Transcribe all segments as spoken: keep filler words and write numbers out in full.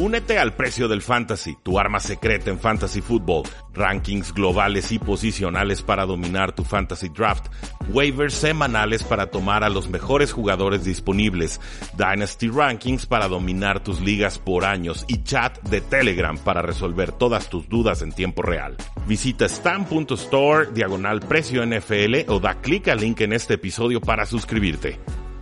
Únete al precio del fantasy, tu arma secreta en fantasy football, rankings globales y posicionales para dominar tu fantasy draft, waivers semanales para tomar a los mejores jugadores disponibles, dynasty rankings para dominar tus ligas por años y chat de Telegram para resolver todas tus dudas en tiempo real. Visita stan punto store diagonal precio N F L o da clic al link en este episodio para suscribirte.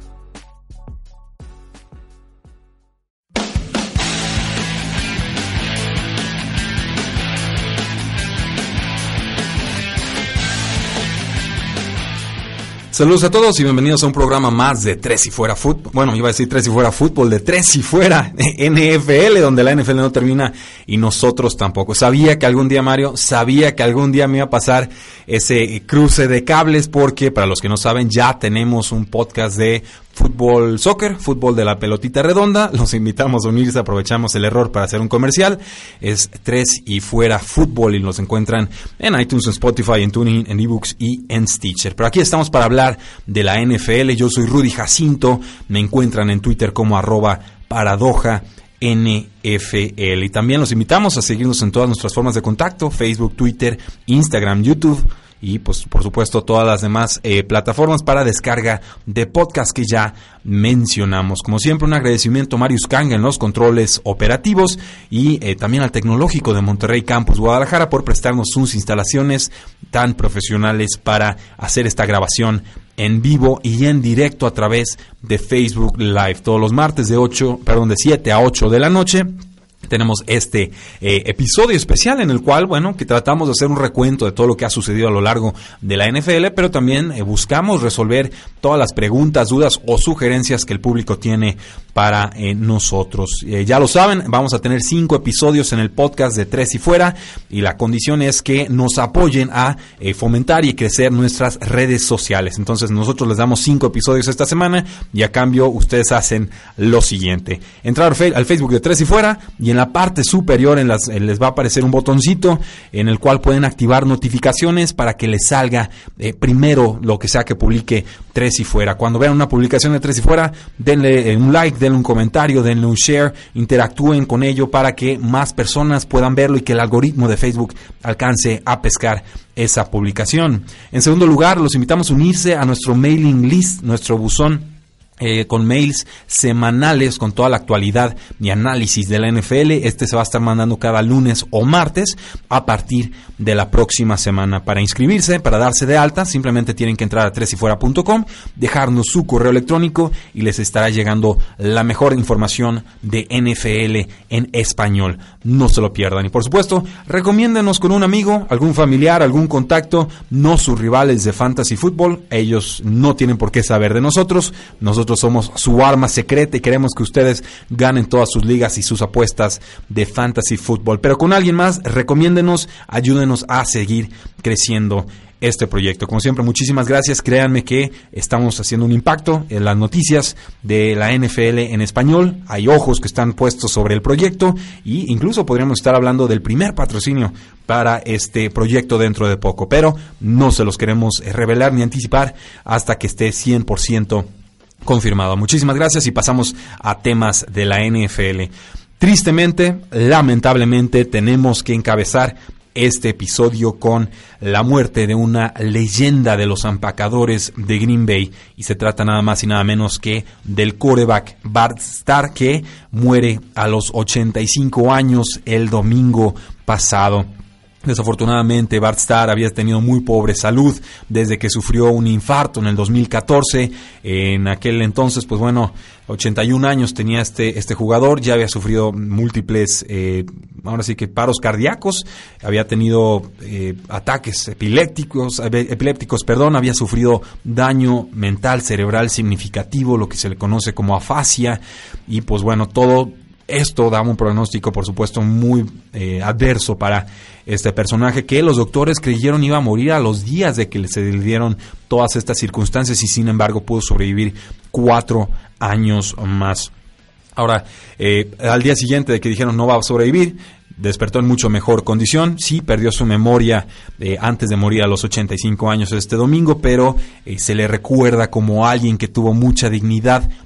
Saludos a todos y bienvenidos a un programa más de Tres y Fuera Fútbol. Bueno, iba a decir Tres y Fuera Fútbol, de Tres y Fuera N F L, donde la N F L no termina y nosotros tampoco. Sabía que algún día, Mario, sabía que algún día me iba a pasar ese cruce de cables porque, para los que no saben, ya tenemos un podcast de fútbol soccer, fútbol de la pelotita redonda. Los invitamos a unirse, aprovechamos el error para hacer un comercial. Es Tres y Fuera Fútbol y los encuentran en iTunes, en Spotify, en TuneIn, en eBooks y en Stitcher. Pero aquí estamos para hablar de la N F L. Yo soy Rudy Jacinto, me encuentran en Twitter como arroba paradoja N F L. Y también los invitamos a seguirnos en todas nuestras formas de contacto: Facebook, Twitter, Instagram, YouTube y pues por supuesto todas las demás eh, plataformas para descarga de podcast que ya mencionamos. Como siempre, un agradecimiento a Marius Kanga en los controles operativos y eh, también al Tecnológico de Monterrey Campus Guadalajara por prestarnos sus instalaciones tan profesionales para hacer esta grabación en vivo y en directo a través de Facebook Live todos los martes de ocho, perdón, de siete a ocho de la noche. Tenemos este eh, episodio especial en el cual, bueno, que tratamos de hacer un recuento de todo lo que ha sucedido a lo largo de la N F L, pero también eh, buscamos resolver todas las preguntas, dudas o sugerencias que el público tiene para eh, nosotros. Eh, ya lo saben, vamos a tener cinco episodios en el podcast de Tres y Fuera y la condición es que nos apoyen a eh, fomentar y crecer nuestras redes sociales. Entonces nosotros les damos cinco episodios esta semana y a cambio ustedes hacen lo siguiente: entrar al Facebook de Tres y Fuera y en la parte superior en las, les va a aparecer un botoncito en el cual pueden activar notificaciones para que les salga eh, primero lo que sea que publique Tres y Fuera. Cuando vean una publicación de Tres y Fuera, denle un like, denle un comentario, denle un share, interactúen con ello para que más personas puedan verlo y que el algoritmo de Facebook alcance a pescar esa publicación. En segundo lugar, los invitamos a unirse a nuestro mailing list, nuestro buzón Eh, con mails semanales con toda la actualidad y análisis de la N F L. Este se va a estar mandando cada lunes o martes a partir de la próxima semana. Para inscribirse, para darse de alta, simplemente tienen que entrar a tres y fuera punto com, dejarnos su correo electrónico y les estará llegando la mejor información de N F L en español. No se lo pierdan. Y por supuesto, recomiéndenos con un amigo, algún familiar, algún contacto, no sus rivales de fantasy fútbol. Ellos no tienen por qué saber de nosotros. Nosotros somos su arma secreta y queremos que ustedes ganen todas sus ligas y sus apuestas de fantasy fútbol. Pero con alguien más, recomiéndenos, ayúdenos a seguir creciendo este proyecto. Como siempre, muchísimas gracias. Créanme que estamos haciendo un impacto en las noticias de la N F L en español. Hay ojos que están puestos sobre el proyecto y incluso podríamos estar hablando del primer patrocinio para este proyecto dentro de poco, pero no se los queremos revelar ni anticipar hasta que esté cien por ciento confirmado. Muchísimas gracias y pasamos a temas de la N F L. Tristemente, lamentablemente, tenemos que encabezar este episodio con la muerte de una leyenda de los empacadores de Green Bay y se trata nada más y nada menos que del quarterback Bart Starr, que muere a los ochenta y cinco años el domingo pasado. Desafortunadamente, Bart Starr había tenido muy pobre salud desde que sufrió un infarto en el dos mil catorce. En aquel entonces, pues bueno, ochenta y un años tenía este este jugador, ya había sufrido múltiples, eh, ahora sí que paros cardíacos, había tenido eh, ataques epilépticos, epilépticos, perdón, había sufrido daño mental cerebral significativo, lo que se le conoce como afasia, y pues bueno, todo esto daba un pronóstico, por supuesto, muy eh, adverso para este personaje que los doctores creyeron iba a morir a los días de que se le dieron todas estas circunstancias y sin embargo pudo sobrevivir cuatro años más. Ahora, eh, al día siguiente de que dijeron no va a sobrevivir, despertó en mucho mejor condición. Sí, perdió su memoria eh, antes de morir a los ochenta y cinco años este domingo, pero eh, se le recuerda como alguien que tuvo mucha dignidad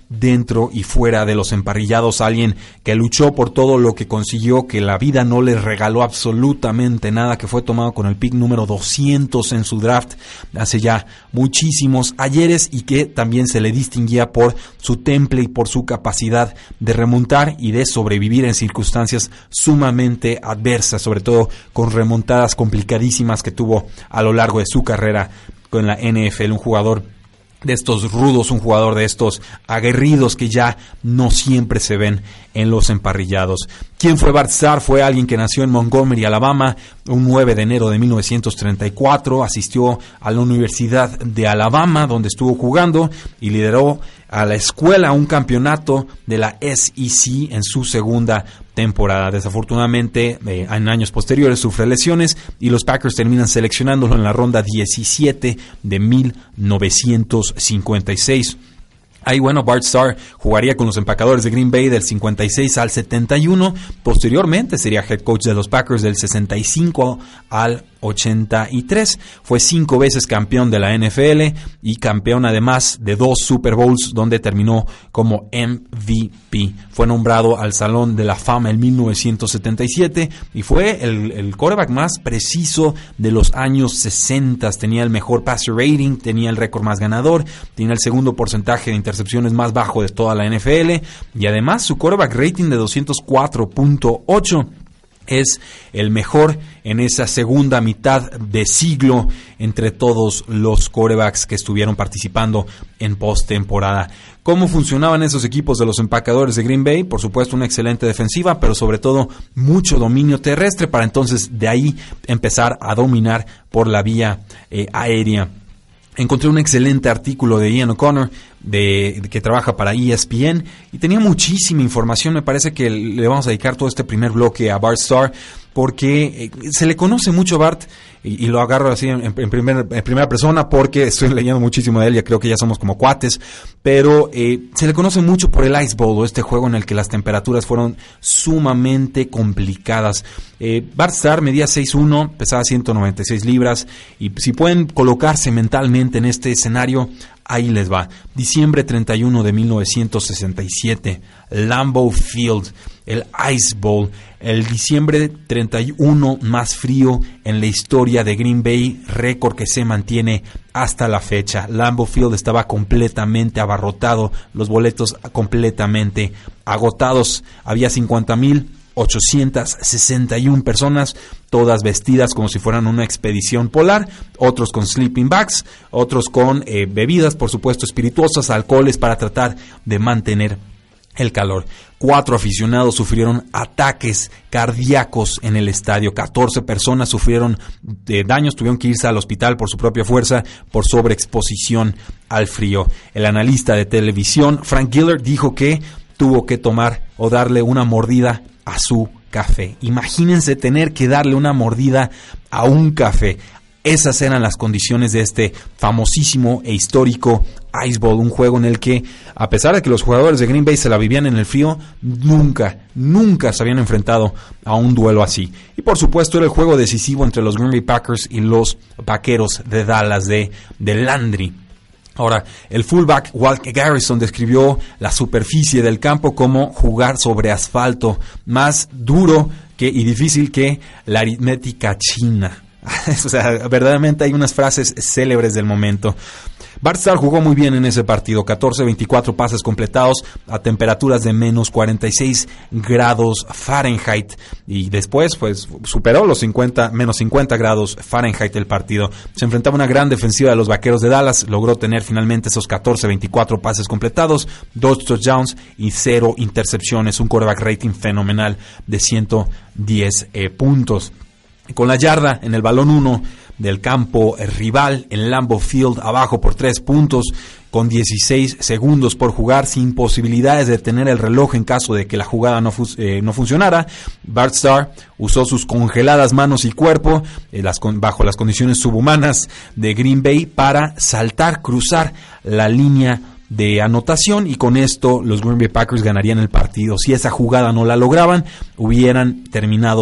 dentro y fuera de los emparrillados, alguien que luchó por todo lo que consiguió, que la vida no le regaló absolutamente nada, que fue tomado con el pick número doscientos en su draft hace ya muchísimos ayeres y que también se le distinguía por su temple y por su capacidad de remontar y de sobrevivir en circunstancias sumamente adversas, sobre todo con remontadas complicadísimas que tuvo a lo largo de su carrera con la N F L, un jugador de estos rudos, un jugador de estos aguerridos que ya no siempre se ven en los emparrillados. ¿Quién fue Bart Starr? Fue alguien que nació en Montgomery, Alabama, un nueve de enero de mil novecientos treinta y cuatro, asistió a la Universidad de Alabama, donde estuvo jugando y lideró a la escuela a un campeonato de la S E C en su segunda temporada. Desafortunadamente, eh, en años posteriores sufre lesiones y los Packers terminan seleccionándolo en la ronda diecisiete de mil novecientos cincuenta y seis. Ahí, bueno, Bart Starr jugaría con los Empacadores de Green Bay del cincuenta y seis al setenta y uno. Posteriormente sería head coach de los Packers del sesenta y cinco al ochenta y tres. Fue cinco veces campeón de la N F L y campeón además de dos Super Bowls donde terminó como M V P. Fue nombrado al Salón de la Fama en mil novecientos setenta y siete y fue el, el quarterback más preciso de los años sesenta. Tenía el mejor passer rating, tenía el récord más ganador, tenía el segundo porcentaje de intercepciones más bajo de toda la N F L y además su quarterback rating de doscientos cuatro punto ocho. Es el mejor en esa segunda mitad de siglo entre todos los quarterbacks que estuvieron participando en postemporada. ¿Cómo funcionaban esos equipos de los Empacadores de Green Bay? Por supuesto, una excelente defensiva, pero sobre todo mucho dominio terrestre para entonces de ahí empezar a dominar por la vía eh, aérea. Encontré un excelente artículo de Ian O'Connor de, de que trabaja para E S P N y tenía muchísima información. Me parece que le vamos a dedicar todo este primer bloque a Bart Starr porque eh, se le conoce mucho a Bart y, y lo agarro así en, en, primer, en primera persona porque estoy leyendo muchísimo de él, ya creo que ya somos como cuates, pero eh, se le conoce mucho por el Ice Bowl, o este juego en el que las temperaturas fueron sumamente complicadas. Eh, Bart Starr medía seis uno, pesaba ciento noventa y seis libras y si pueden colocarse mentalmente en este escenario, ahí les va. Diciembre treinta y uno de mil novecientos sesenta y siete, Lambeau Field, el Ice Bowl, el diciembre treinta y uno más frío en la historia de Green Bay, récord que se mantiene hasta la fecha. Lambeau Field estaba completamente abarrotado, los boletos completamente agotados, había cincuenta mil ochocientas sesenta y una personas, todas vestidas como si fueran una expedición polar, otros con sleeping bags, otros con eh, bebidas, por supuesto, espirituosas, alcoholes para tratar de mantener el calor. Cuatro aficionados sufrieron ataques cardíacos en el estadio. catorce personas sufrieron eh, daños, tuvieron que irse al hospital por su propia fuerza por sobreexposición al frío. El analista de televisión Frank Giller dijo que tuvo que tomar o darle una mordida a su café. Imagínense tener que darle una mordida a un café. Esas eran las condiciones de este famosísimo e histórico Ice Bowl, un juego en el que, a pesar de que los jugadores de Green Bay se la vivían en el frío, nunca, nunca se habían enfrentado a un duelo así. Y por supuesto era el juego decisivo entre los Green Bay Packers y los Vaqueros de Dallas de, de Landry. Ahora, el fullback Walt Garrison describió la superficie del campo como jugar sobre asfalto, más duro que, y difícil que la aritmética china. O sea, verdaderamente hay unas frases célebres del momento. Bart Starr jugó muy bien en ese partido, catorce veinticuatro pases completados a temperaturas de menos cuarenta y seis grados Fahrenheit y después pues superó los cincuenta, menos cincuenta grados Fahrenheit el partido. Se enfrentaba a una gran defensiva de los Vaqueros de Dallas, logró tener finalmente esos catorce veinticuatro pases completados, dos touchdowns y cero intercepciones, un quarterback rating fenomenal de ciento diez eh, puntos. Con la yarda en el balón uno del campo rival en Lambeau Field, abajo por tres puntos, con dieciséis segundos por jugar, sin posibilidades de detener el reloj en caso de que la jugada no, fu- eh, no funcionara, Bart Starr usó sus congeladas manos y cuerpo eh, las con- bajo las condiciones subhumanas de Green Bay para saltar, cruzar la línea de anotación y con esto los Green Bay Packers ganarían el partido. Si esa jugada no la lograban, hubieran terminado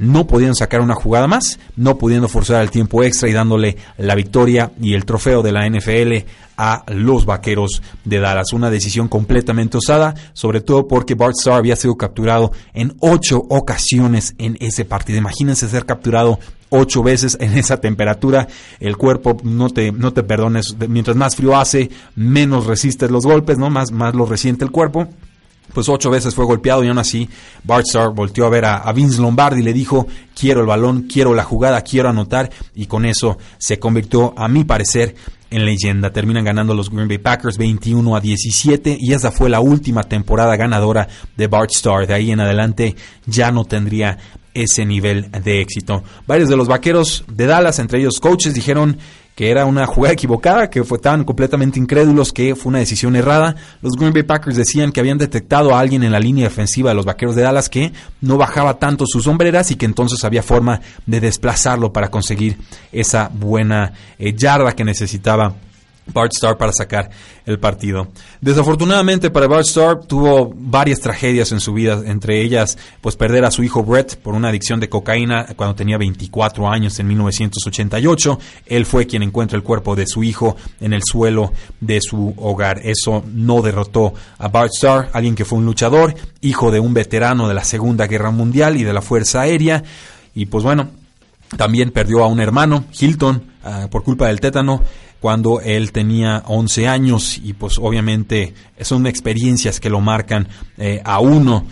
no pudiendo sacar una jugada más, no pudiendo forzar el tiempo extra y dándole la victoria y el trofeo de la N F L a los Vaqueros de Dallas. Una decisión completamente osada, sobre todo porque Bart Starr había sido capturado en ocho ocasiones en ese partido. Imagínense ser capturado ocho veces en esa temperatura. El cuerpo no te, no te perdones. Mientras más frío hace, menos resistes los golpes, ¿no? Más, más lo resiente el cuerpo. Pues ocho veces fue golpeado y aún así Bart Starr volteó a ver a, a Vince Lombardi y le dijo: quiero el balón, quiero la jugada, quiero anotar, y con eso se convirtió, a mi parecer, en leyenda. Terminan ganando los Green Bay Packers veintiuno a diecisiete y esa fue la última temporada ganadora de Bart Starr. De ahí en adelante ya no tendría ese nivel de éxito. Varios de los Vaqueros de Dallas, entre ellos coaches, dijeron que era una jugada equivocada, que fue tan completamente incrédulos que fue una decisión errada. Los Green Bay Packers decían que habían detectado a alguien en la línea defensiva de los Vaqueros de Dallas que no bajaba tanto sus hombreras y que entonces había forma de desplazarlo para conseguir esa buena eh, yarda que necesitaba Bart Starr para sacar el partido. Desafortunadamente para Bart Starr tuvo varias tragedias en su vida, entre ellas pues perder a su hijo Brett por una adicción de cocaína cuando tenía veinticuatro años en mil novecientos ochenta y ocho. Él fue quien encuentra el cuerpo de su hijo en el suelo de su hogar. Eso no derrotó a Bart Starr, alguien que fue un luchador, hijo de un veterano de la Segunda Guerra Mundial y de la Fuerza Aérea, y pues bueno, también perdió a un hermano, Hilton, uh, por culpa del tétano, cuando él tenía once años, y pues obviamente son experiencias que lo marcan eh, a uno.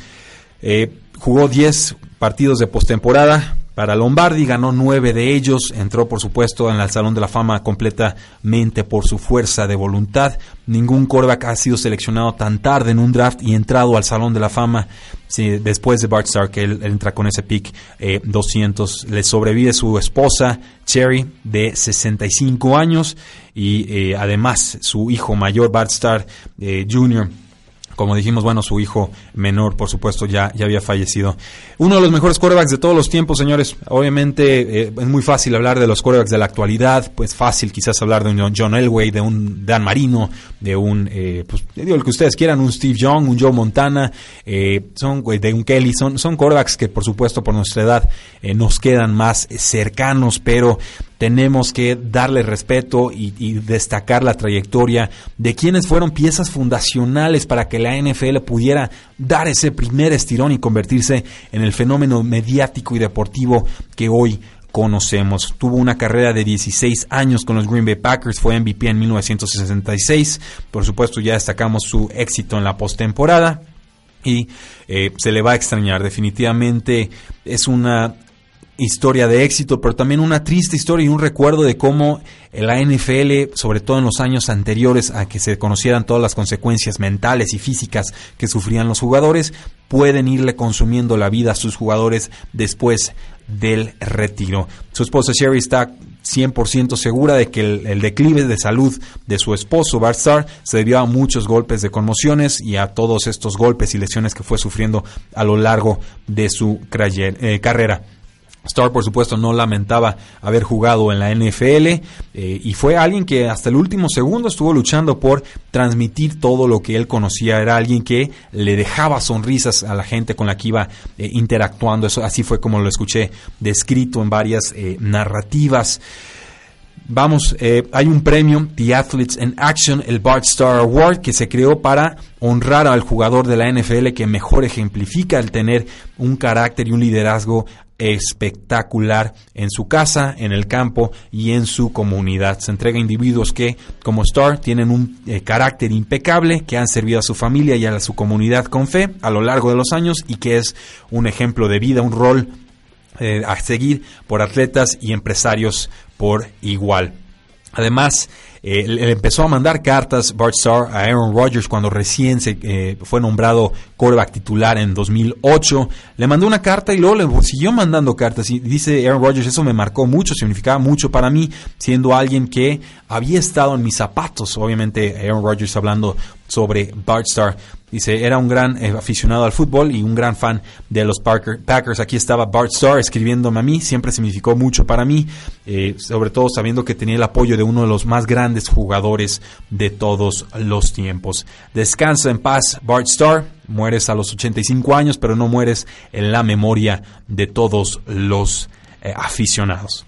Eh, jugó diez partidos de postemporada para Lombardi, ganó nueve de ellos, entró por supuesto en el Salón de la Fama completamente por su fuerza de voluntad. Ningún quarterback ha sido seleccionado tan tarde en un draft y entrado al Salón de la Fama, sí, después de Bart Starr, que él, él entra con ese pick eh, doscientos. Le sobrevive su esposa Cherry, de sesenta y cinco años, y eh, además su hijo mayor, Bart Starr eh, junior Como dijimos, bueno, su hijo menor, por supuesto, ya, ya había fallecido. Uno de los mejores quarterbacks de todos los tiempos, señores. Obviamente eh, es muy fácil hablar de los quarterbacks de la actualidad. Pues fácil quizás hablar de un John Elway, de un Dan Marino, de un, eh, pues digo el que ustedes quieran, un Steve Young, un Joe Montana, eh, son de un Kelly. Son, son quarterbacks que, por supuesto, por nuestra edad eh, nos quedan más cercanos, pero tenemos que darle respeto y, y destacar la trayectoria de quienes fueron piezas fundacionales para que la N F L pudiera dar ese primer estirón y convertirse en el fenómeno mediático y deportivo que hoy conocemos. Tuvo una carrera de dieciséis años con los Green Bay Packers, fue M V P en mil novecientos sesenta y seis. Por supuesto, ya destacamos su éxito en la postemporada y eh, se le va a extrañar. Definitivamente es una historia de éxito, pero también una triste historia y un recuerdo de cómo la N F L, sobre todo en los años anteriores a que se conocieran todas las consecuencias mentales y físicas que sufrían los jugadores, pueden irle consumiendo la vida a sus jugadores después del retiro. Su esposa Sherry está cien por ciento segura de que el, el declive de salud de su esposo Bart Starr se debió a muchos golpes de conmociones y a todos estos golpes y lesiones que fue sufriendo a lo largo de su crayer, eh, carrera. Starr, por supuesto, no lamentaba haber jugado en la N F L eh, y fue alguien que hasta el último segundo estuvo luchando por transmitir todo lo que él conocía. Era alguien que le dejaba sonrisas a la gente con la que iba eh, interactuando. Eso, así fue como lo escuché descrito en varias eh, narrativas. Vamos, eh, hay un premio, The Athletes in Action, el Bart Starr Award, que se creó para honrar al jugador de la N F L que mejor ejemplifica el tener un carácter y un liderazgo espectacular en su casa, en el campo y en su comunidad. Se entrega a individuos que, como Starr, tienen un eh, carácter impecable, que han servido a su familia y a su comunidad con fe a lo largo de los años y que es un ejemplo de vida, un rol eh, a seguir por atletas y empresarios por igual. Además, eh, le empezó a mandar cartas Bart Starr a Aaron Rodgers cuando recién se eh, fue nombrado quarterback titular en dos mil ocho. Le mandó una carta y luego le siguió mandando cartas. Y dice Aaron Rodgers, eso me marcó mucho, significaba mucho para mí, siendo alguien que había estado en mis zapatos. Obviamente Aaron Rodgers hablando sobre Bart Starr. Dice, era un gran eh, aficionado al fútbol y un gran fan de los Parker, Packers. Aquí estaba Bart Starr escribiéndome a mí, siempre significó mucho para mí, eh, sobre todo sabiendo que tenía el apoyo de uno de los más grandes jugadores de todos los tiempos. Descansa en paz, Bart Starr. mueres a los ochenta y cinco años, pero no mueres en la memoria de todos los eh, aficionados.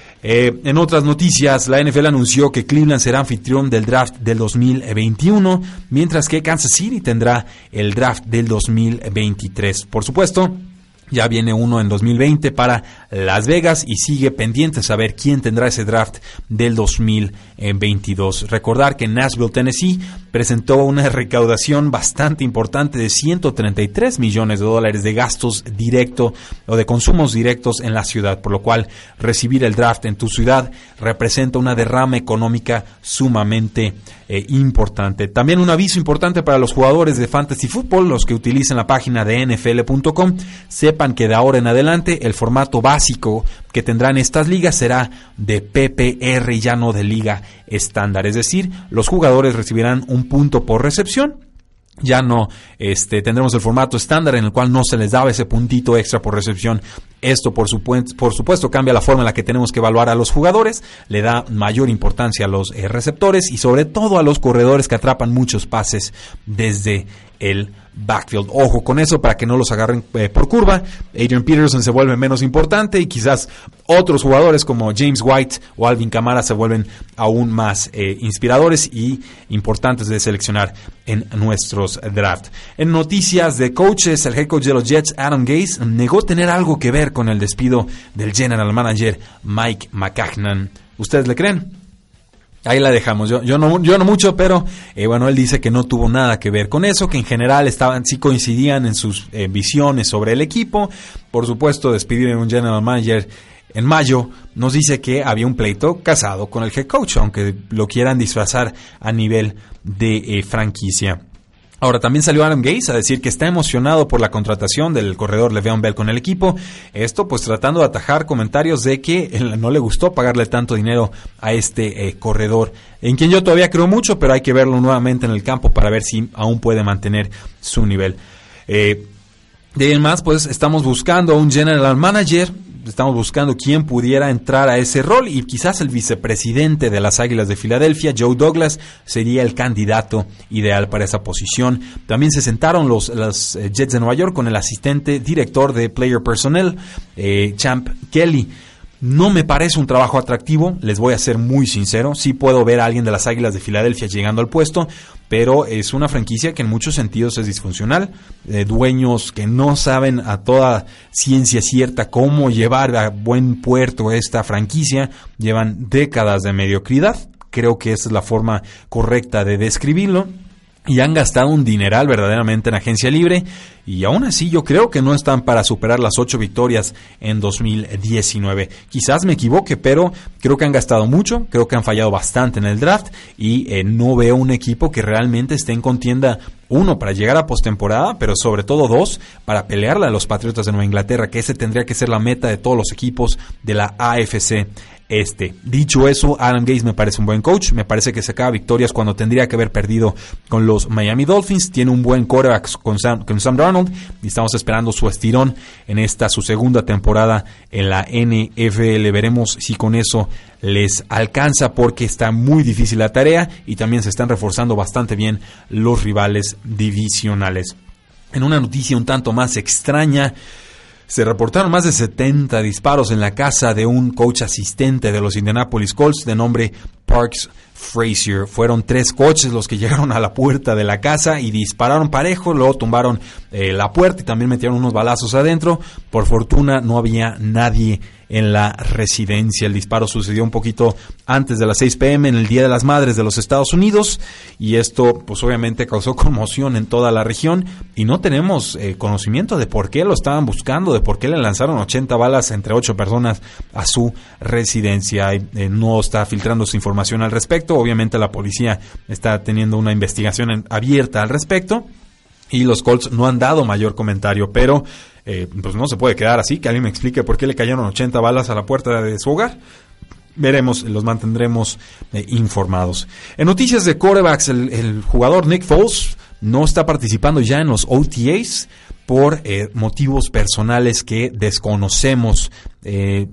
Eh, en otras noticias, la N F L anunció que Cleveland será anfitrión del draft del dos mil veintiuno, mientras que Kansas City tendrá el draft del dos mil veintitrés. Por supuesto, ya viene uno en dos mil veinte para Las Vegas y sigue pendiente saber quién tendrá ese draft del dos mil veintidós. Recordar que Nashville, Tennessee, presentó una recaudación bastante importante de ciento treinta y tres millones de dólares de gastos directos o de consumos directos en la ciudad, por lo cual recibir el draft en tu ciudad representa una derrama económica sumamente eh, importante. También un aviso importante para los jugadores de Fantasy Football, los que utilicen la página de N F L punto com, sepan que de ahora en adelante el formato básico que tendrán estas ligas será de P P R y ya no de liga estándar, es decir, los jugadores recibirán un punto por recepción. Ya no este, tendremos el formato estándar en el cual no se les daba ese puntito extra por recepción. Esto, por supuesto, por supuesto, cambia la forma en la que tenemos que evaluar a los jugadores, le da mayor importancia a los eh, receptores y sobre todo a los corredores que atrapan muchos pases desde el backfield. Ojo con eso para que no los agarren eh, por curva. Adrian Peterson se vuelve menos importante y quizás otros jugadores como James White o Alvin Kamara se vuelven aún más eh, inspiradores y importantes de seleccionar en nuestros draft. En noticias de coaches, el head coach de los Jets, Adam Gase, negó tener algo que ver con el despido del general manager Mike McCagnan. ¿Ustedes le creen? Ahí la dejamos, yo, yo, no, yo no mucho, pero eh, bueno, él dice que no tuvo nada que ver con eso, que en general estaban, sí coincidían en sus eh, visiones sobre el equipo. Por supuesto, despedir a un general manager en mayo nos dice que había un pleito casado con el head coach, aunque lo quieran disfrazar a nivel de eh, franquicia. Ahora, también salió Adam Gase a decir que está emocionado por la contratación del corredor Le'Veon Bell con el equipo. Esto pues tratando de atajar comentarios de que no le gustó pagarle tanto dinero a este eh, corredor, en quien yo todavía creo mucho, pero hay que verlo nuevamente en el campo para ver si aún puede mantener su nivel. Eh, de ahí en más, pues estamos buscando a un general manager. Estamos buscando quién pudiera entrar a ese rol y quizás el vicepresidente de las Águilas de Filadelfia, Joe Douglas, sería el candidato ideal para esa posición. También se sentaron los, los Jets de Nueva York con el asistente director de Player Personnel, eh, Champ Kelly. No me parece un trabajo atractivo, les voy a ser muy sincero. Sí puedo ver a alguien de las Águilas de Filadelfia llegando al puesto, pero es una franquicia que en muchos sentidos es disfuncional. Eh, dueños que no saben a toda ciencia cierta cómo llevar a buen puerto esta franquicia, llevan décadas de mediocridad. Creo que esa es la forma correcta de describirlo. Y han gastado un dineral verdaderamente en agencia libre y aún así yo creo que no están para superar las ocho victorias en dos mil diecinueve. Quizás me equivoque, pero creo que han gastado mucho, creo que han fallado bastante en el draft y eh, no veo un equipo que realmente esté en contienda, uno, para llegar a postemporada, pero sobre todo dos, para pelearle a los Patriotas de Nueva Inglaterra, que ese tendría que ser la meta de todos los equipos de la A F C Este. Dicho eso, Adam Gase me parece un buen coach, me parece que sacaba victorias cuando tendría que haber perdido con los Miami Dolphins, tiene un buen quarterback con Sam, con Sam Darnold y estamos esperando su estirón en esta su segunda temporada en la N F L. Veremos si con eso les alcanza porque está muy difícil la tarea y también se están reforzando bastante bien los rivales divisionales. En una noticia un tanto más extraña, se reportaron más de setenta disparos en la casa de un coach asistente de los Indianapolis Colts de nombre Parks Frazier. Fueron tres coches los que llegaron a la puerta de la casa y dispararon parejo, luego tumbaron eh, la puerta y también metieron unos balazos adentro. Por fortuna no había nadie en la residencia. El disparo sucedió un poquito antes de las seis pe eme en el Día de las Madres de los Estados Unidos y esto pues obviamente causó conmoción en toda la región y no tenemos eh, conocimiento de por qué lo estaban buscando, de por qué le lanzaron ochenta balas entre ocho personas a su residencia. Eh, no está filtrándose información al respecto, obviamente la policía está teniendo una investigación en, abierta al respecto y los Colts no han dado mayor comentario, pero Eh, pues no se puede quedar así, que alguien me explique por qué le cayeron ochenta balas a la puerta de su hogar. Veremos, los mantendremos eh, informados. En noticias de quarterbacks, el, el jugador Nick Foles no está participando ya en los O T As por eh, motivos personales que desconocemos. Eh,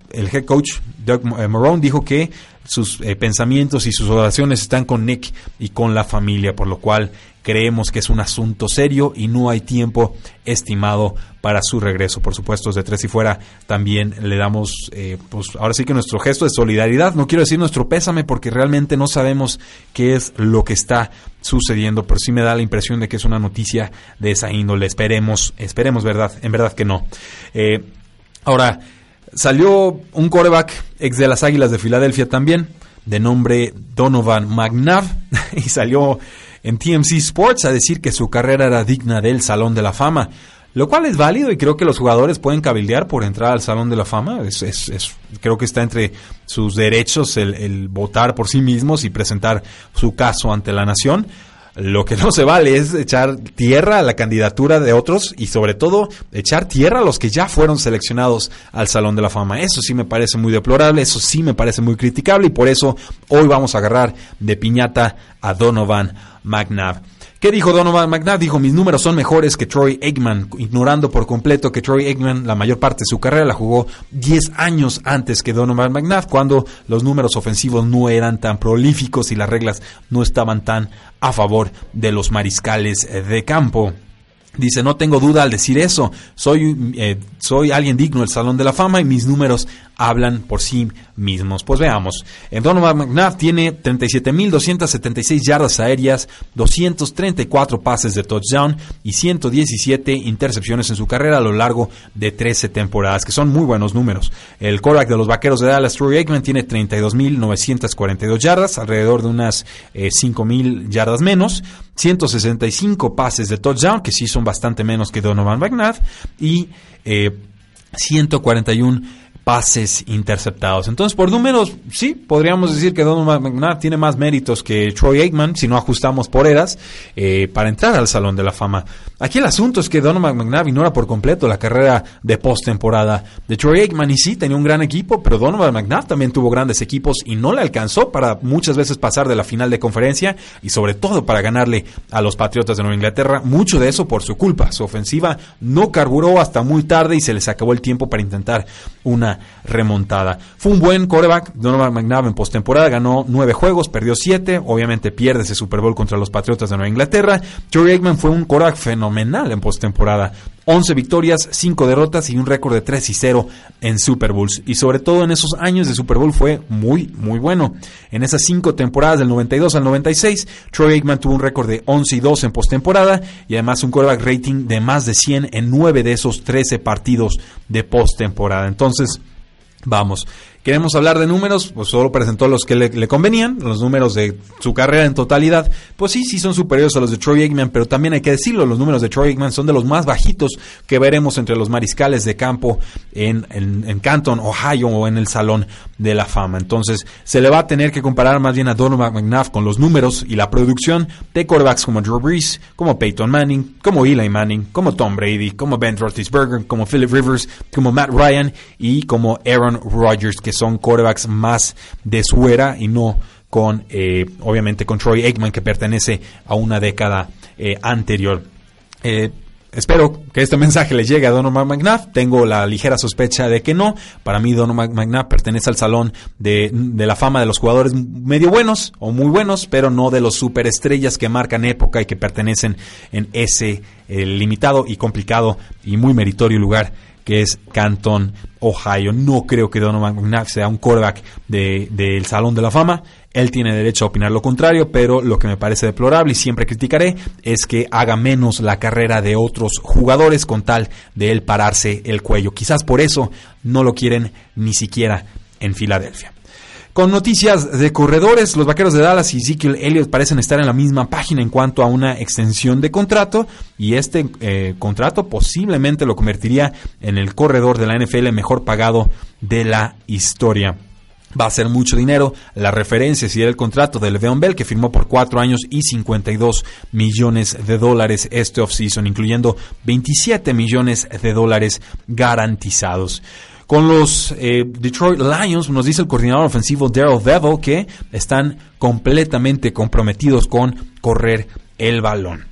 el head coach Doug Marrone dijo que sus eh, pensamientos y sus oraciones están con Nick y con la familia, por lo cual creemos que es un asunto serio y no hay tiempo estimado para su regreso. Por supuesto, desde Tres y Fuera también le damos, eh, pues ahora sí que nuestro gesto de solidaridad, no quiero decir nuestro pésame porque realmente no sabemos qué es lo que está sucediendo, pero sí me da la impresión de que es una noticia de esa índole. Esperemos, esperemos, verdad, en verdad que no. Eh, ahora, salió un quarterback ex de las Águilas de Filadelfia también, de nombre Donovan McNabb, y salió en T M C Sports a decir que su carrera era digna del Salón de la Fama, lo cual es válido y creo que los jugadores pueden cabildear por entrar al Salón de la Fama. Es, es, es, creo que está entre sus derechos el, el votar por sí mismos y presentar su caso ante la nación. Lo que no se vale es echar tierra a la candidatura de otros y sobre todo echar tierra a los que ya fueron seleccionados al Salón de la Fama. Eso sí me parece muy deplorable, eso sí me parece muy criticable y por eso hoy vamos a agarrar de piñata a Donovan McNabb. ¿Qué dijo Donovan McNabb? Dijo, mis números son mejores que Troy Aikman, ignorando por completo que Troy Aikman la mayor parte de su carrera la jugó diez años antes que Donovan McNabb, cuando los números ofensivos no eran tan prolíficos y las reglas no estaban tan a favor de los mariscales de campo. Dice, no tengo duda al decir eso, soy, eh, soy alguien digno del Salón de la Fama y mis números hablan por sí mismos. Pues veamos, eh, Donovan McNabb tiene treinta y siete mil doscientas setenta y seis yardas aéreas, doscientos treinta y cuatro pases de touchdown y ciento diecisiete intercepciones en su carrera a lo largo de trece temporadas, que son muy buenos números. El quarterback de los Vaqueros de Dallas, Troy Aikman, tiene treinta y dos mil novecientas cuarenta y dos yardas, alrededor de unas eh, cinco mil yardas menos, ciento sesenta y cinco pases de touchdown, que sí son bastante menos que Donovan McNabb, y eh, ciento cuarenta y uno pases interceptados. Entonces, por números, sí, podríamos decir que Donovan McNabb tiene más méritos que Troy Aikman, si no ajustamos por eras, eh, para entrar al Salón de la Fama. Aquí el asunto es que Donovan McNabb ignora por completo la carrera de postemporada de Troy Aikman, y sí, tenía un gran equipo, pero Donovan McNabb también tuvo grandes equipos y no le alcanzó para muchas veces pasar de la final de conferencia y sobre todo para ganarle a los Patriotas de Nueva Inglaterra, mucho de eso por su culpa. Su ofensiva no carburó hasta muy tarde y se les acabó el tiempo para intentar una remontada. Fue un buen quarterback, Donovan McNabb en postemporada, ganó nueve juegos, perdió siete, obviamente pierde ese Super Bowl contra los Patriotas de Nueva Inglaterra. Troy Aikman fue un quarterback fenomenal en postemporada, once victorias, cinco derrotas y un récord de tres y cero en Super Bowls, y sobre todo en esos años de Super Bowl fue muy, muy bueno. En esas cinco temporadas del noventa y dos al noventa y seis, Troy Aikman tuvo un récord de once y dos en postemporada y además un quarterback rating de más de cien en nueve de esos trece partidos de postemporada. Entonces, vamos, queremos hablar de números, pues solo presentó los que le, le convenían, los números de su carrera en totalidad, pues sí, sí son superiores a los de Troy Aikman, pero también hay que decirlo, los números de Troy Aikman son de los más bajitos que veremos entre los mariscales de campo en, en, en Canton, Ohio, o en el Salón de la Fama. Entonces, se le va a tener que comparar más bien a Donovan McNabb con los números y la producción de quarterbacks como Drew Brees, como Peyton Manning, como Eli Manning, como Tom Brady, como Ben Roethlisberger, como Philip Rivers, como Matt Ryan y como Aaron Rodgers, que son quarterbacks más de su era y no con, eh, obviamente, con Troy Aikman, que pertenece a una década eh, anterior. Eh, Espero que este mensaje les llegue a Donovan McNabb. Tengo la ligera sospecha de que no. Para mí Donovan McNabb pertenece al salón de, de la fama de los jugadores medio buenos o muy buenos, pero no de los superestrellas que marcan época y que pertenecen en ese eh, limitado y complicado y muy meritorio lugar que es Canton, Ohio. No creo que Donovan McNabb sea un quarterback de, del Salón de la Fama. Él tiene derecho a opinar lo contrario, pero lo que me parece deplorable y siempre criticaré es que haga menos la carrera de otros jugadores con tal de él pararse el cuello. Quizás por eso no lo quieren ni siquiera en Filadelfia. Con noticias de corredores, los Vaqueros de Dallas y Ezekiel Elliott parecen estar en la misma página en cuanto a una extensión de contrato, y este eh, contrato posiblemente lo convertiría en el corredor de la N F L mejor pagado de la historia. Va a ser mucho dinero. La referencia sería el contrato de Le'Veon Bell, que firmó por cuatro años y cincuenta y dos millones de dólares este offseason, incluyendo veintisiete millones de dólares garantizados. Con los eh, Detroit Lions, nos dice el coordinador ofensivo Darrell Bevell que están completamente comprometidos con correr el balón.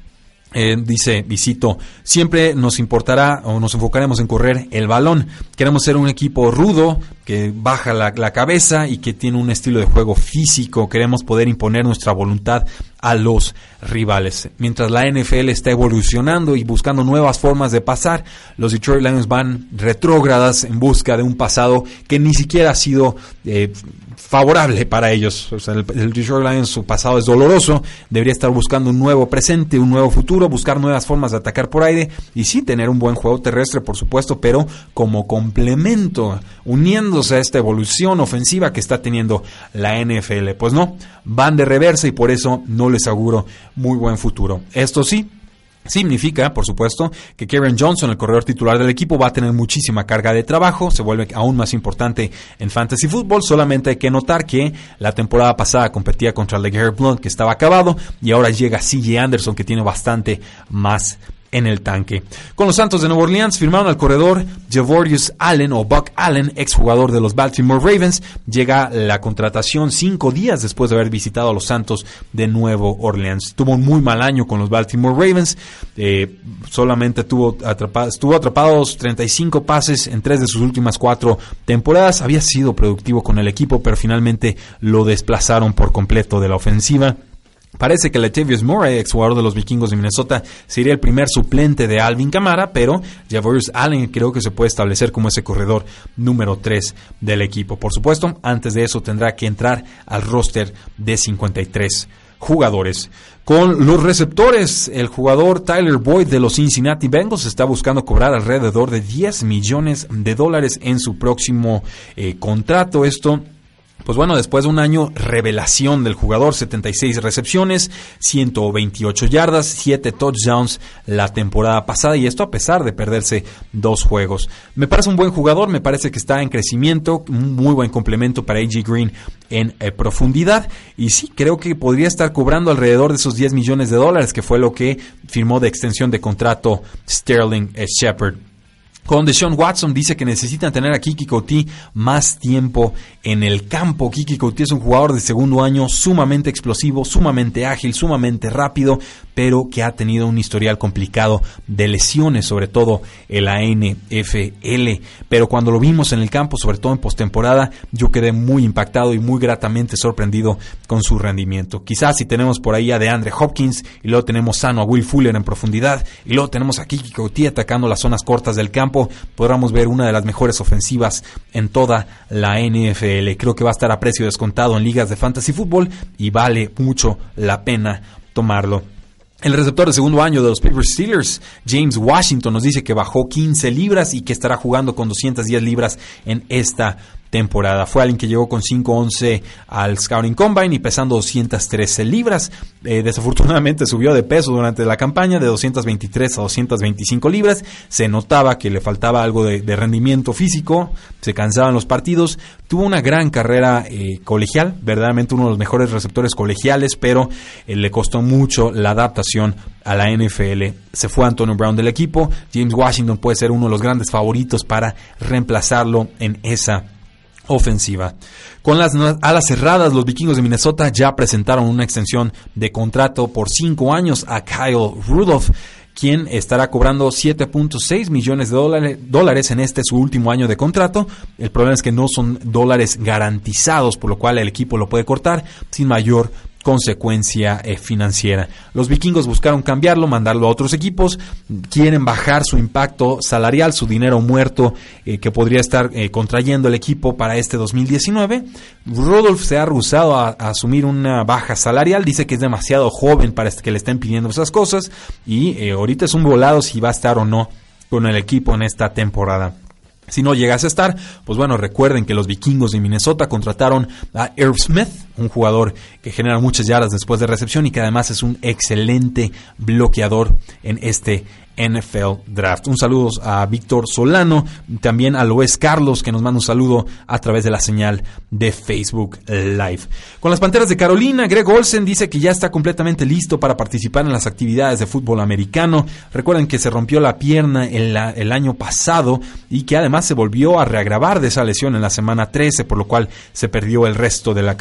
Eh, dice, y cito, siempre nos importará o nos enfocaremos en correr el balón. Queremos ser un equipo rudo, que baja la, la cabeza y que tiene un estilo de juego físico. Queremos poder imponer nuestra voluntad a los rivales. Mientras la N F L está evolucionando y buscando nuevas formas de pasar, los Detroit Lions van retrógradas en busca de un pasado que ni siquiera ha sido eh, favorable para ellos. O sea, el, el Detroit Lions, su pasado es doloroso, debería estar buscando un nuevo presente, un nuevo futuro, buscar nuevas formas de atacar por aire y sí tener un buen juego terrestre, por supuesto, pero como complemento, uniéndose a esta evolución ofensiva que está teniendo la N F L. Pues no, van de reversa y por eso no les auguro muy buen futuro. Esto sí significa, por supuesto, que Kerryon Johnson, el corredor titular del equipo, va a tener muchísima carga de trabajo, se vuelve aún más importante en Fantasy Football. Solamente hay que notar que la temporada pasada competía contra LeGarrette Blount, que estaba acabado, y ahora llega C J Anderson, que tiene bastante más en el tanque. Con los Santos de Nueva Orleans firmaron al corredor Javorius Allen o Buck Allen, exjugador de los Baltimore Ravens. Llega la contratación cinco días después de haber visitado a los Santos de Nueva Orleans. Tuvo un muy mal año con los Baltimore Ravens. Eh, solamente tuvo atrapado, estuvo atrapados treinta y cinco pases en tres de sus últimas cuatro temporadas. Había sido productivo con el equipo, pero finalmente lo desplazaron por completo de la ofensiva. Parece que Latavius Murray, exjugador de los Vikingos de Minnesota, sería el primer suplente de Alvin Kamara, pero Javorius Allen creo que se puede establecer como ese corredor número tres del equipo. Por supuesto, antes de eso tendrá que entrar al roster de cincuenta y tres jugadores. Con los receptores, el jugador Tyler Boyd de los Cincinnati Bengals está buscando cobrar alrededor de diez millones de dólares en su próximo eh, contrato. Esto, pues bueno, después de un año revelación del jugador, setenta y seis recepciones, ciento veintiocho yardas, siete touchdowns la temporada pasada, y esto a pesar de perderse dos juegos. Me parece un buen jugador, me parece que está en crecimiento, un muy buen complemento para A J Green en eh, profundidad, y sí, creo que podría estar cobrando alrededor de esos diez millones de dólares, que fue lo que firmó de extensión de contrato Sterling Shepard. Con Deshaun Watson dice que necesitan tener a Kiki Couty más tiempo en el campo. Kiki Couty es un jugador de segundo año sumamente explosivo, sumamente ágil, sumamente rápido, pero que ha tenido un historial complicado de lesiones, sobre todo en la N F L. Pero cuando lo vimos en el campo, sobre todo en postemporada, yo quedé muy impactado y muy gratamente sorprendido con su rendimiento. Quizás si tenemos por ahí a DeAndre Hopkins y luego tenemos sano a Will Fuller en profundidad y luego tenemos a Kiki Couty atacando las zonas cortas del campo, podremos ver una de las mejores ofensivas en toda la N F L. Creo que va a estar a precio descontado en ligas de fantasy fútbol y vale mucho la pena tomarlo. El receptor de segundo año de los Pittsburgh Steelers, James Washington, nos dice que bajó quince libras y que estará jugando con doscientas diez libras en esta temporada. Fue alguien que llegó con cinco once al Scouting Combine y pesando doscientas trece libras. Eh, desafortunadamente subió de peso durante la campaña de doscientas veintitrés a doscientas veinticinco libras. Se notaba que le faltaba algo de, de rendimiento físico, se cansaban los partidos. Tuvo una gran carrera eh, colegial, verdaderamente uno de los mejores receptores colegiales, pero eh, le costó mucho la adaptación a la N F L. Se fue Antonio Brown del equipo. James Washington puede ser uno de los grandes favoritos para reemplazarlo en esa ofensiva. Con las alas cerradas, los Vikingos de Minnesota ya presentaron una extensión de contrato por cinco años a Kyle Rudolph, quien estará cobrando siete punto seis millones de dólares en este su último año de contrato. El problema es que no son dólares garantizados, por lo cual el equipo lo puede cortar sin mayor consecuencia eh, financiera. Los vikingos buscaron cambiarlo, mandarlo a otros equipos, quieren bajar su impacto salarial, su dinero muerto eh, que podría estar eh, contrayendo el equipo para este dos mil diecinueve. Rudolph se ha rehusado a, a asumir una baja salarial, dice que es demasiado joven para que le estén pidiendo esas cosas y eh, ahorita es un volado si va a estar o no con el equipo en esta temporada. Si no llegase a estar, pues bueno, recuerden que los Vikingos de Minnesota contrataron a Irv Smith, un jugador que genera muchas yardas después de recepción y que además es un excelente bloqueador en este N F L Draft. Un saludo a Víctor Solano, también a Loes Carlos, que nos manda un saludo a través de la señal de Facebook Live. Con las Panteras de Carolina, Greg Olsen dice que ya está completamente listo para participar en las actividades de fútbol americano. Recuerden que se rompió la pierna el, el año pasado y que además se volvió a reagravar de esa lesión en la semana trece, por lo cual se perdió el resto de la campaña.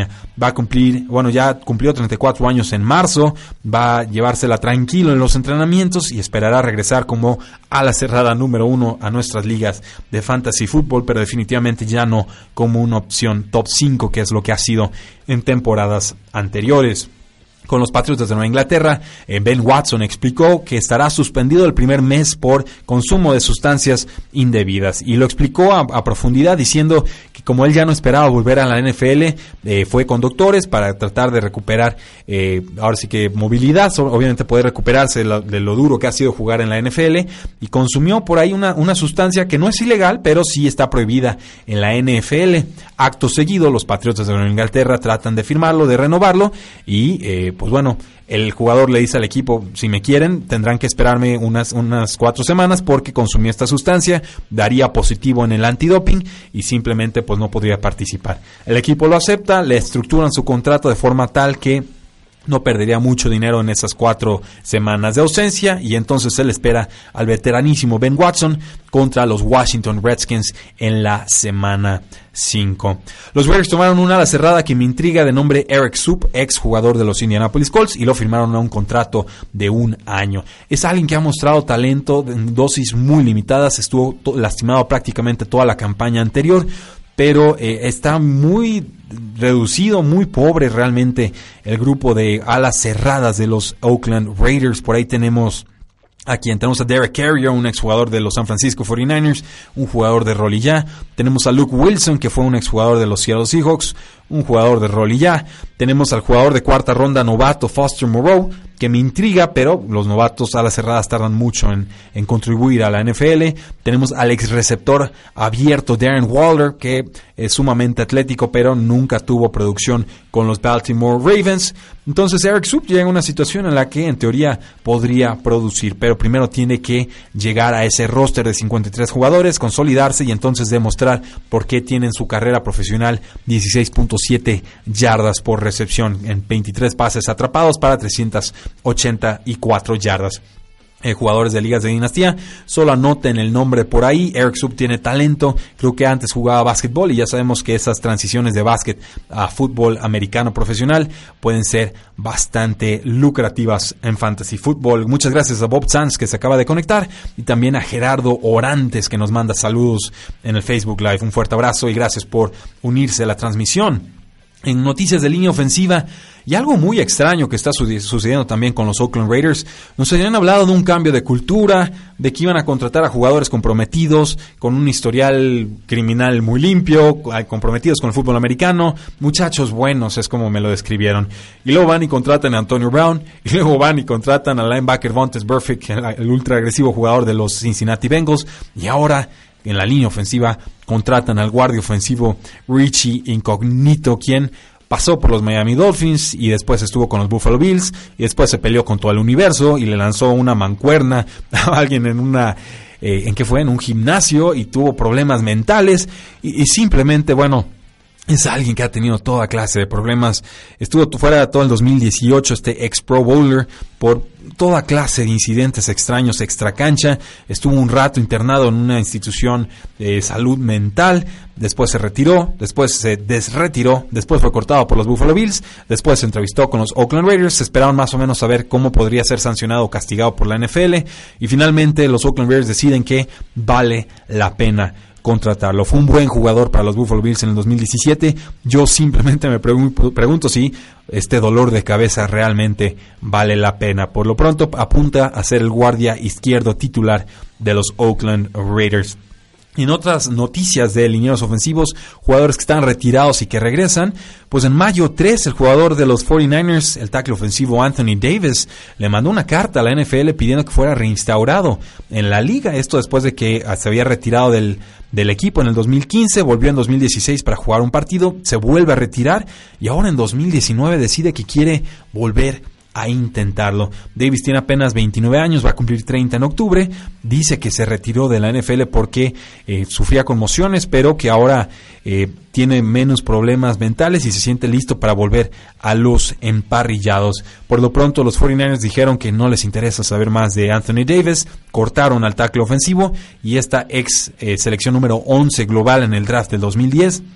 California. Va a cumplir, bueno, ya cumplió treinta y cuatro años en marzo, va a llevársela tranquilo en los entrenamientos y esperará regresar como ala cerrada número uno a nuestras ligas de fantasy fútbol, pero definitivamente ya no como una opción top cinco, que es lo que ha sido en temporadas anteriores. Con los Patriotas de Nueva Inglaterra, eh, Ben Watson explicó que estará suspendido el primer mes por consumo de sustancias indebidas, y lo explicó a, a profundidad diciendo que como él ya no esperaba volver a la N F L, eh, fue con doctores para tratar de recuperar, eh, ahora sí que movilidad, so, obviamente poder recuperarse de lo, de lo duro que ha sido jugar en la N F L, y consumió por ahí una, una sustancia que no es ilegal, pero sí está prohibida en la N F L. Acto seguido, los Patriotas de Nueva Inglaterra tratan de firmarlo, de renovarlo, y eh, pues bueno, el jugador le dice al equipo: si me quieren, tendrán que esperarme unas, unas cuatro semanas porque consumí esta sustancia, daría positivo en el antidoping y simplemente pues no podría participar. El equipo lo acepta, le estructuran su contrato de forma tal que no perdería mucho dinero en esas cuatro semanas de ausencia, y entonces él espera al veteranísimo Ben Watson contra los Washington Redskins en la semana cinco. Los Raiders tomaron una ala cerrada que me intriga de nombre Eric Soup, ex jugador de los Indianapolis Colts, y lo firmaron a un contrato de un año. Es alguien que ha mostrado talento en dosis muy limitadas, estuvo to- lastimado prácticamente toda la campaña anterior, pero eh, está muy reducido, muy pobre realmente el grupo de alas cerradas de los Oakland Raiders. Por ahí tenemos a quien tenemos a Derek Carrier, un exjugador de los San Francisco cuarenta y nueve ers, un jugador de rol y ya. Tenemos a Luke Wilson, que fue un exjugador de los Seattle Seahawks, un jugador de rol y ya. Tenemos al jugador de cuarta ronda novato Foster Moreau, que me intriga, pero los novatos alas cerradas tardan mucho en, en contribuir a la N F L. Tenemos al ex receptor abierto Darren Waller, que es sumamente atlético, pero nunca tuvo producción con los Baltimore Ravens. Entonces Eric Soup llega a una situación en la que en teoría podría producir, pero primero tiene que llegar a ese roster de cincuenta y tres jugadores, consolidarse y entonces demostrar por qué tiene en su carrera profesional dieciséis punto siete yardas por recepción en veintitrés pases atrapados para trescientas ochenta y cuatro yardas. Eh, jugadores de ligas de dinastía, solo anoten el nombre por ahí. Eric Soup tiene talento, creo que antes jugaba básquetbol y ya sabemos que esas transiciones de básquet a fútbol americano profesional pueden ser bastante lucrativas en fantasy fútbol. Muchas gracias a Bob Sanz, que se acaba de conectar, y también a Gerardo Orantes, que nos manda saludos en el Facebook Live. Un fuerte abrazo y gracias por unirse a la transmisión. En noticias de línea ofensiva, y algo muy extraño que está su- sucediendo también con los Oakland Raiders, nos habían hablado de un cambio de cultura, de que iban a contratar a jugadores comprometidos, con un historial criminal muy limpio, comprometidos con el fútbol americano, muchachos buenos, es como me lo describieron. Y luego van y contratan a Antonio Brown, y luego van y contratan al linebacker Vontaze Burfict, el, el ultra agresivo jugador de los Cincinnati Bengals, y ahora en la línea ofensiva contratan al guardia ofensivo Richie Incognito, quien pasó por los Miami Dolphins y después estuvo con los Buffalo Bills y después se peleó con todo el universo y le lanzó una mancuerna a alguien en una eh, en que fue en un gimnasio y tuvo problemas mentales y, y simplemente, bueno, es alguien que ha tenido toda clase de problemas. Estuvo fuera todo el dos mil dieciocho, este ex Pro Bowler, por toda clase de incidentes extraños extracancha. Estuvo un rato internado en una institución de salud mental. Después se retiró, después se desretiró, después fue cortado por los Buffalo Bills, después se entrevistó con los Oakland Raiders. Se esperaron más o menos saber cómo podría ser sancionado o castigado por la N F L. Y finalmente los Oakland Raiders deciden que vale la pena contratarlo. Fue un buen jugador para los Buffalo Bills en el dos mil diecisiete. Yo simplemente me pregun- pregunto si este dolor de cabeza realmente vale la pena. Por lo pronto apunta a ser el guardia izquierdo titular de los Oakland Raiders. En otras noticias de linieros ofensivos, jugadores que están retirados y que regresan, pues en mayo tres, el jugador de los cuarenta y nueve ers, el tackle ofensivo Anthony Davis, le mandó una carta a la N F L pidiendo que fuera reinstaurado en la liga. Esto después de que se había retirado del, del equipo en el dos mil quince, volvió en dos mil dieciséis para jugar un partido, se vuelve a retirar y ahora en dos mil diecinueve decide que quiere volver a intentarlo. Davis tiene apenas veintinueve años, va a cumplir treinta en octubre. Dice que se retiró de la N F L porque eh, sufría conmociones, pero que ahora eh, tiene menos problemas mentales y se siente listo para volver a los emparrillados. Por lo pronto, los cuarenta y nueve ers dijeron que no les interesa saber más de Anthony Davis, cortaron al tackle ofensivo y esta ex eh, selección número once global en el draft del dos mil diez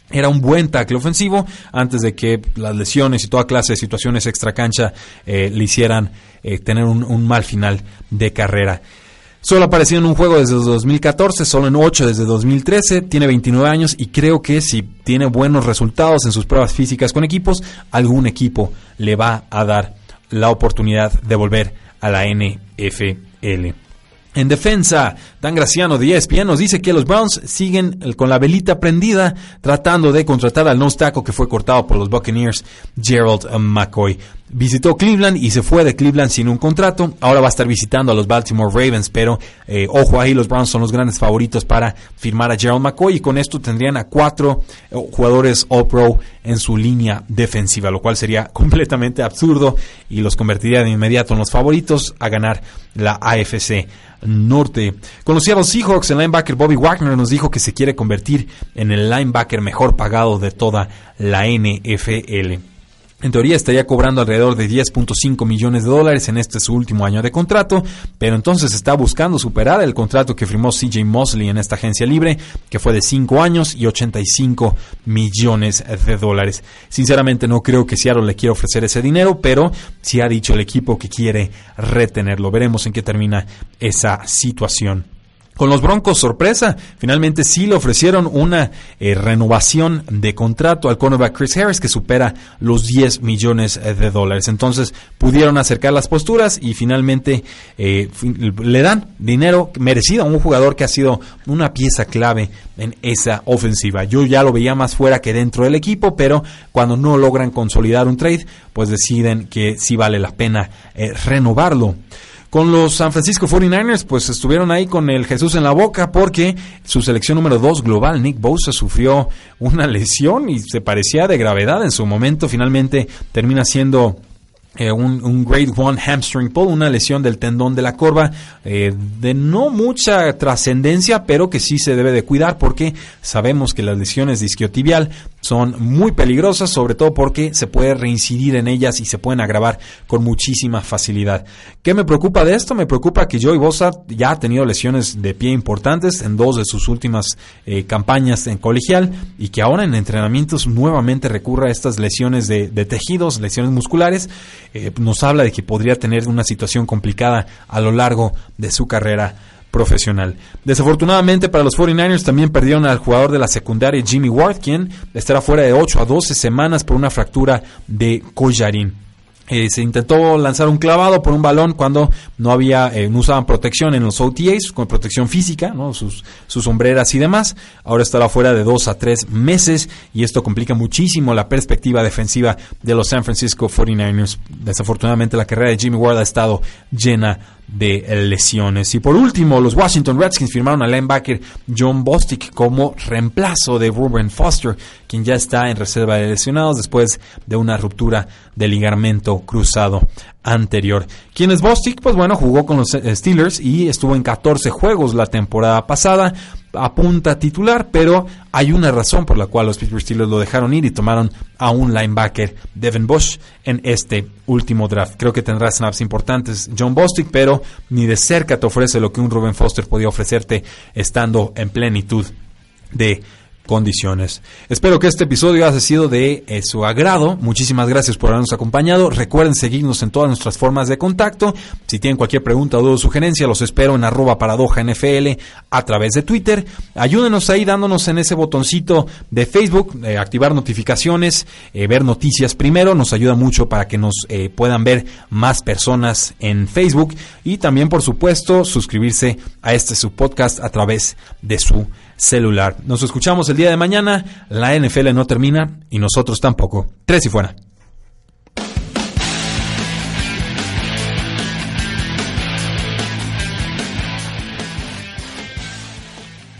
Era un buen tackle ofensivo antes de que las lesiones y toda clase de situaciones extracancha eh, le hicieran eh, tener un, un mal final de carrera. Solo apareció en un juego desde dos mil catorce, solo en ocho desde dos mil trece, tiene veintinueve años y creo que si tiene buenos resultados en sus pruebas físicas con equipos, algún equipo le va a dar la oportunidad de volver a la N F L. En defensa, Dan Graciano de E S P N nos dice que los Browns siguen con la velita prendida tratando de contratar al nose tackle que fue cortado por los Buccaneers, Gerald McCoy. Visitó Cleveland y se fue de Cleveland sin un contrato. Ahora va a estar visitando a los Baltimore Ravens, pero eh, ojo ahí, los Browns son los grandes favoritos para firmar a Gerald McCoy y con esto tendrían a cuatro eh, jugadores All-Pro en su línea defensiva, lo cual sería completamente absurdo y los convertiría de inmediato en los favoritos a ganar la A F C Norte. Con los Seattle Seahawks, el linebacker Bobby Wagner nos dijo que se quiere convertir en el linebacker mejor pagado de toda la N F L. En teoría estaría cobrando alrededor de diez punto cinco millones de dólares en este su último año de contrato, pero entonces está buscando superar el contrato que firmó C J Mosley en esta agencia libre, que fue de cinco años y ochenta y cinco millones de dólares. Sinceramente no creo que Seattle le quiera ofrecer ese dinero, pero sí ha dicho el equipo que quiere retenerlo. Veremos en qué termina esa situación. Con los Broncos, sorpresa, finalmente sí le ofrecieron una eh, renovación de contrato al cornerback Chris Harris que supera los diez millones de dólares. Entonces pudieron acercar las posturas y finalmente eh, fin, le dan dinero merecido a un jugador que ha sido una pieza clave en esa ofensiva. Yo ya lo veía más fuera que dentro del equipo, pero cuando no logran consolidar un trade, pues deciden que sí vale la pena eh, renovarlo. Con los San Francisco cuarenta y nueve ers, pues estuvieron ahí con el Jesús en la boca porque su selección número dos global, Nick Bosa, sufrió una lesión y se parecía de gravedad en su momento. Finalmente termina siendo Eh, un, un grade one hamstring pull, una lesión del tendón de la corva eh, de no mucha trascendencia, pero que sí se debe de cuidar porque sabemos que las lesiones de isquiotibial son muy peligrosas, sobre todo porque se puede reincidir en ellas y se pueden agravar con muchísima facilidad. ¿Qué me preocupa de esto? Me preocupa que Joey Bosa ya ha tenido lesiones de pie importantes en dos de sus últimas eh, campañas en colegial y que ahora en entrenamientos nuevamente recurra a estas lesiones de, de tejidos, lesiones musculares. Eh, nos habla de que podría tener una situación complicada a lo largo de su carrera profesional. Desafortunadamente para los cuarenta y nueve ers también perdieron al jugador de la secundaria Jimmy Ward, quien estará fuera de ocho a doce semanas por una fractura de collarín. Eh, se intentó lanzar un clavado por un balón cuando no había, eh, no usaban protección en los O T As, con protección física, ¿no? Sus, sus sombreras y demás. Ahora estará fuera de dos a tres meses y esto complica muchísimo la perspectiva defensiva de los San Francisco cuarenta y nueve ers. Desafortunadamente la carrera de Jimmy Ward ha estado llena de lesiones. Y por último, los Washington Redskins firmaron al linebacker John Bostic como reemplazo de Reuben Foster, quien ya está en reserva de lesionados después de una ruptura de ligamento cruzado anterior. ¿Quién es Bostic? Pues bueno, jugó con los Steelers y estuvo en catorce juegos la temporada pasada. Apunta titular, pero hay una razón por la cual los Pittsburgh Steelers lo dejaron ir y tomaron a un linebacker, Devin Bush, en este último draft. Creo que tendrá snaps importantes John Bostic, pero ni de cerca te ofrece lo que un Reuben Foster podía ofrecerte estando en plenitud de condiciones. Espero que este episodio haya sido de eh, su agrado. Muchísimas gracias por habernos acompañado. Recuerden seguirnos en todas nuestras formas de contacto. Si tienen cualquier pregunta, duda o sugerencia, los espero en arroba paradoja N F L a través de Twitter. Ayúdenos ahí dándonos en ese botoncito de Facebook, eh, activar notificaciones, eh, ver noticias primero. Nos ayuda mucho para que nos eh, puedan ver más personas en Facebook. Y también, por supuesto, suscribirse a este su podcast a través de su celular. Nos escuchamos el día de mañana. La N F L no termina y nosotros tampoco. Tres y fuera.